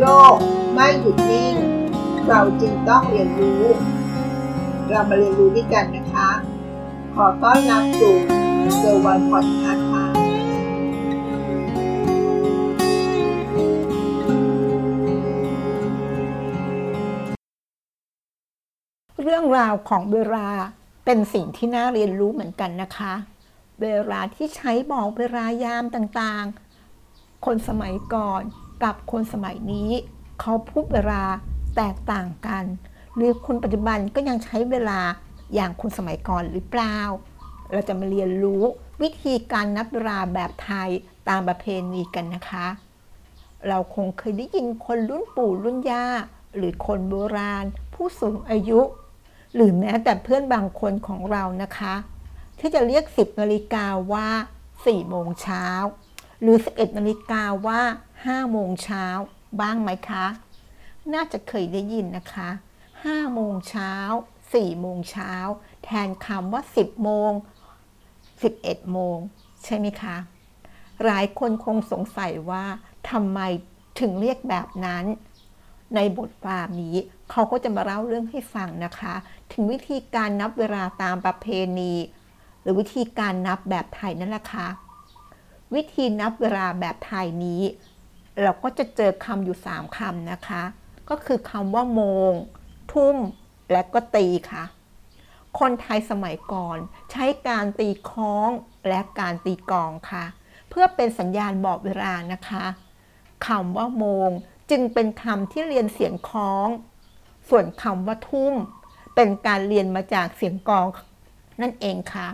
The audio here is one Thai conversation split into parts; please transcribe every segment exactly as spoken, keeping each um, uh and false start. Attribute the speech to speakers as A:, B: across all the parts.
A: กไม่หยุดนิ่งเราจึงต้องเรียนรู้เรามาเรียนรู้ด้วยกันนะคะขอต้อนรับสู่เซอร์วันพอดคาสต์ค่ะ
B: เรื่องราวของเวลาเป็นสิ่งที่น่าเรียนรู้เหมือนกันนะคะเวลาที่ใช้บอกเวลายามต่างๆคนสมัยก่อนกับคนสมัยนี้เขาพูดเวลาแตกต่างกันหรือคนปัจจุบันก็ยังใช้เวลาอย่างคนสมัยก่อนหรือเปล่าเราจะมาเรียนรู้วิธีการนับเวลาแบบไทยตามประเพณีกันนะคะเราคงเคยได้ยินคนรุ่นปู่รุ่นย่าหรือคนโบราณผู้สูงอายุหรือแม้แต่เพื่อนบางคนของเรานะคะที่จะเรียกสิบนาฬิกาว่าสี่โมงเช้าหรือสิบเอ็ดนาฬิกาว่าห้าโมงเช้าบ้างไหมคะน่าจะเคยได้ยินนะคะห้าโมงเช้าสี่โมงเช้าแทนคำว่าสิบโมงสิบเอ็ดโมงใช่ไหมคะหลายคนคงสงสัยว่าทำไมถึงเรียกแบบนั้นในบทความนี้เขาก็จะมาเล่าเรื่องให้ฟังนะคะถึงวิธีการนับเวลาตามประเพณีหรือวิธีการนับแบบไทยนั่นแหละค่ะวิธีนับเวลาแบบไทยนี้เราก็จะเจอคำอยู่สามคำนะคะก็คือคำว่าโมงทุ่มและก็ตีค่ะคนไทยสมัยก่อนใช้การตีค้องและการตีกลองค่ะเพื่อเป็นสัญญาณบอกเวลานะคะคำว่าโมงจึงเป็นคำที่เรียนเสียงคล้องส่วนคำว่าทุ่มเป็นการเรียนมาจากเสียงกลองนั่นเองค่ะ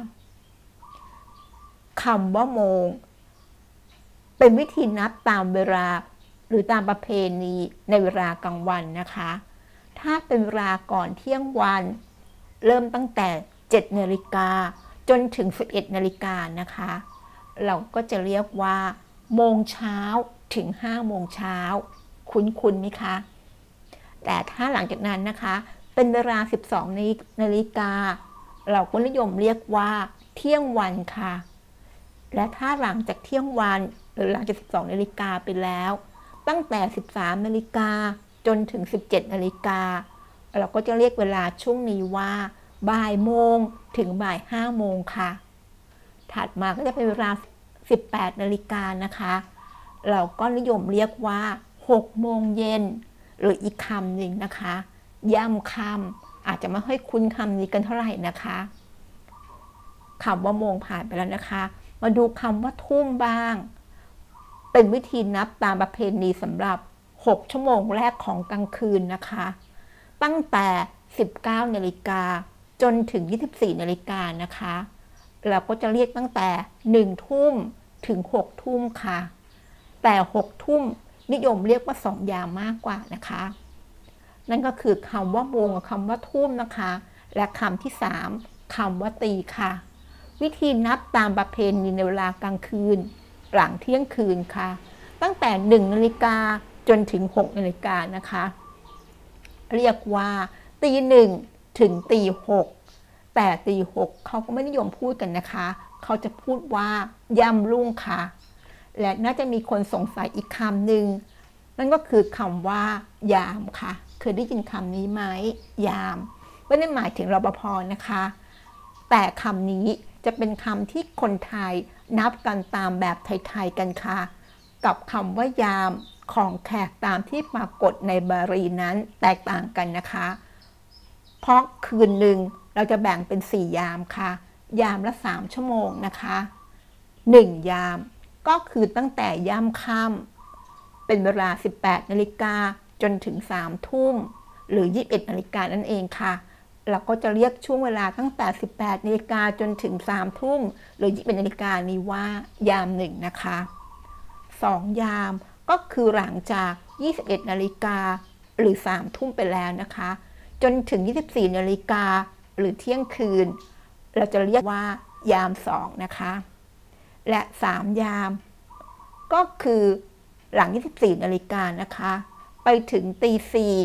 B: คำว่าโมงเป็นวิธีนับตามเวลาหรือตามประเพณีในเวลากลางวันนะคะถ้าเป็นเวลาก่อนเที่ยงวันเริ่มตั้งแต่เจ็ดนาฬิกาจนถึงสิบเอ็ดนาฬิกานะคะเราก็จะเรียกว่าโมงเช้าถึงห้าโมงเช้าคุ้นๆไหมคะแต่ถ้าหลังจากนั้นนะคะเป็นเวลาสิบสองนาฬิกาเราก็นิยมเรียกว่าเที่ยงวันค่ะและถ้าหลังจากเที่ยงวันหรือหลังจากสิบสองนาฬิกาไปแล้วตั้งแต่สิบสามนาฬิกาจนถึงสิบเจ็ดนาฬิกาเราก็จะเรียกเวลาช่วงนี้ว่าบ่ายโมงถึงบ่ายห้าโมงค่ะถัดมาก็จะเป็นเวลาสิบแปดนาฬิกานะคะเราก็นิยมเรียกว่าหกโมงเย็นหรืออีกคำหนึ่งนะคะย่ำค่ำอาจจะไม่ค่อยคุ้นคำนี้กันเท่าไหร่นะคะคำว่าโมงผ่านไปแล้วนะคะมาดูคำว่าทุ่มบ้างเป็นวิธีนับตามประเพณีสำหรับหกชั่วโมงแรกของกลางคืนนะคะตั้งแต่สิบเก้านาฬิกาจนถึงยี่สิบสี่นาฬิกานะคะเราก็จะเรียกตั้งแต่หนึ่งทุ่มถึงหกทุ่มค่ะแต่หกทุ่มนิยมเรียกว่าสองยามมากกว่านะคะนั่นก็คือคำว่าโมงกับคำว่าทุ่มนะคะและคำที่สามคำว่าตีค่ะวิธีนับตามประเพณีในเวลากลางคืนหลังเที่ยงคืนค่ะตั้งแต่หนึ่งนาฬิกาจนถึงหกนาฬิกานะคะเรียกว่าตีหนึ่งถึงตีหกแต่ตีหกเขาก็ไม่นิยมพูดกันนะคะเขาจะพูดว่าย่ำรุ่งค่ะและน่าจะมีคนสงสัยอีกคำหนึ่งนั่นก็คือคำว่ายามค่ะเคยได้ยินคำนี้ไหมยามไม่ได้หมายถึงรปภ.นะคะแต่คำนี้จะเป็นคำที่คนไทยนับกันตามแบบไทยๆกันค่ะกับคำว่ายามของแขกตามที่ปรากฏในบาลีนั้นแตกต่างกันนะคะเพราะคืนหนึ่งเราจะแบ่งเป็นสี่ยามค่ะยามละสามชั่วโมงนะคะหนึ่งยามก็คือตั้งแต่ย่ำค่ำเป็นเวลาสิบแปดนาฬิกาจนถึงสามทุ่มหรือยี่สิบเอ็ดนาฬิกานั่นเองค่ะเราก็จะเรียกช่วงเวลาตั้งแต่สิบแปดนาฬิกาจนถึงสามทุ่มหรือยี่สิบเอ็ดนาฬิกานี้ว่ายามหนึ่งนะคะสองยามก็คือหลังจากยี่สิบเอ็ดนาฬิกาหรือสามทุ่มไปแล้วนะคะจนถึงยี่สิบสี่นาฬิกาหรือเที่ยงคืนเราจะเรียกว่ายามสองนะคะและสามยามก็คือหลังยี่สิบสี่นาฬิกานะคะไปถึงตีสี่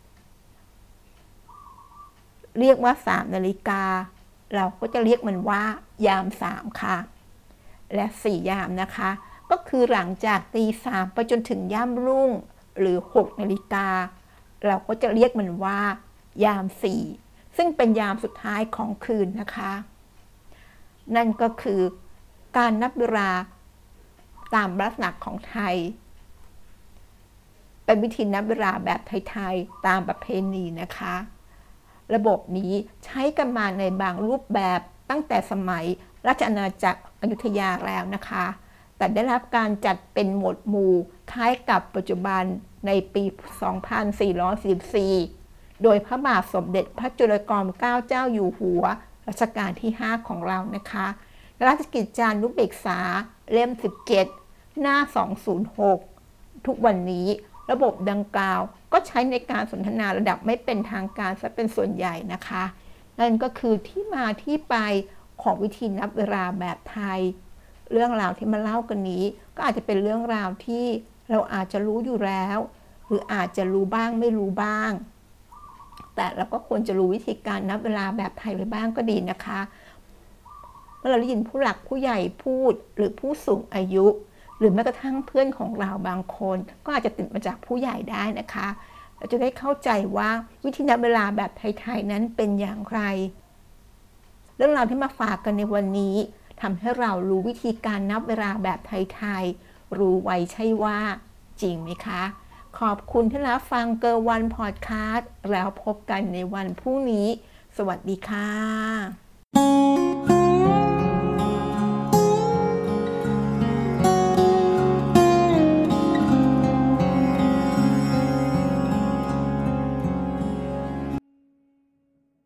B: เรียกว่าสามนาฬิกาเราก็จะเรียกมันว่ายามสามค่ะและสี่ยามนะคะก็คือหลังจากตีสามไปจนถึงย่ำรุ่งหรือหกนาฬิกาเราก็จะเรียกมันว่ายามสี่ซึ่งเป็นยามสุดท้ายของคืนนะคะนั่นก็คือการนับเวลาตามลักษณะของไทยเป็นวิธีนับเวลาแบบไทยๆตามประเพณีนะคะระบบนี้ใช้กันมาในบางรูปแบบตั้งแต่สมัยราชอาณาจักรอยุธยาแล้วนะคะแต่ได้รับการจัดเป็นหมวดหมู่คล้ายกับปัจจุบันในปี สองพันสี่ร้อยสี่สิบสี่ โดยพระบาทสมเด็จพระจุลจอมเกล้าเจ้าอยู่หัวรัชกาลที่ห้าของเรานะคะราชกิจจานุเบกษาเล่มสิบเจ็ดหน้าสองร้อยหกทุกวันนี้ระบบดังกล่าวก็ใช้ในการสนทนาระดับไม่เป็นทางการซะเป็นส่วนใหญ่นะคะนั่นก็คือที่มาที่ไปของวิธีนับเวลาแบบไทยเรื่องราวที่มาเล่ากันนี้ก็อาจจะเป็นเรื่องราวที่เราอาจจะรู้อยู่แล้วหรืออาจจะรู้บ้างไม่รู้บ้างแต่เราก็ควรจะรู้วิธีการนับเวลาแบบไทยไว้บ้างก็ดีนะคะเมื่อเราได้ยินผู้หลักผู้ใหญ่พูดหรือผู้สูงอายุหรือแม้กระทั่งเพื่อนของเราบางคนก็อาจจะติดมาจากผู้ใหญ่ได้นะคะเราจะได้เข้าใจว่าวิธีนับเวลาแบบไทยๆนั้นเป็นอย่างไรเรื่องราวที่มาฝากกันในวันนี้ทำให้เรารู้วิธีการนับเวลาแบบไทยๆรู้ไว้ใช่ว่าจริงไหมคะขอบคุณที่รับฟังเกอร์วันพอดคาสต์แล้วพบกันในวันพรุ่งนี้สวัสดีค่ะ